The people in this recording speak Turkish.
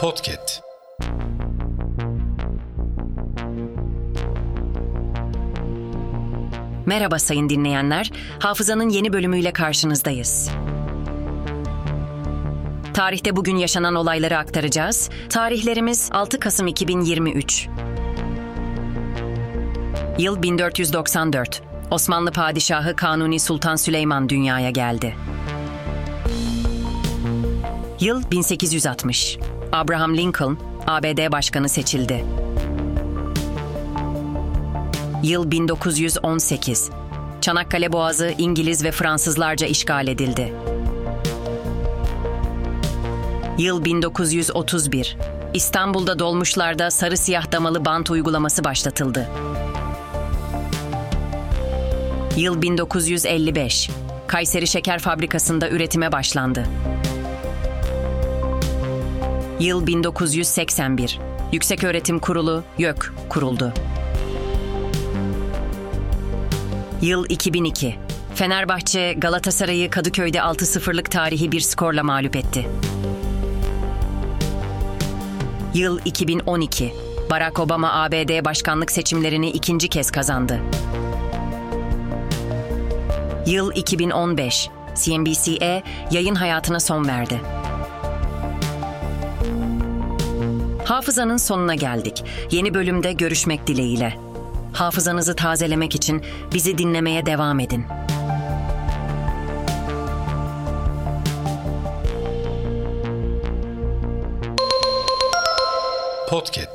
Podcast. Merhaba sayın dinleyenler, Hafızanın yeni bölümüyle karşınızdayız. Tarihte bugün yaşanan olayları aktaracağız. Tarihlerimiz 6 Kasım 2023. Yıl 1494. Osmanlı Padişahı Kanuni Sultan Süleyman dünyaya geldi. Yıl 1860. Abraham Lincoln, ABD Başkanı seçildi. Yıl 1918. Çanakkale Boğazı İngiliz ve Fransızlarca işgal edildi. Yıl 1931. İstanbul'da dolmuşlarda sarı siyah damalı bant uygulaması başlatıldı. Yıl 1955. Kayseri Şeker Fabrikası'nda üretime başlandı. Yıl 1981. Yükseköğretim Kurulu, YÖK kuruldu. Yıl 2002. Fenerbahçe, Galatasaray'ı Kadıköy'de 6-0'lık tarihi bir skorla mağlup etti. Yıl 2012. Barack Obama ABD başkanlık seçimlerini ikinci kez kazandı. Yıl 2015. CNBC yayın hayatına son verdi. Hafızanın sonuna geldik. Yeni bölümde görüşmek dileğiyle. Hafızanızı tazelemek için bizi dinlemeye devam edin. Podcast.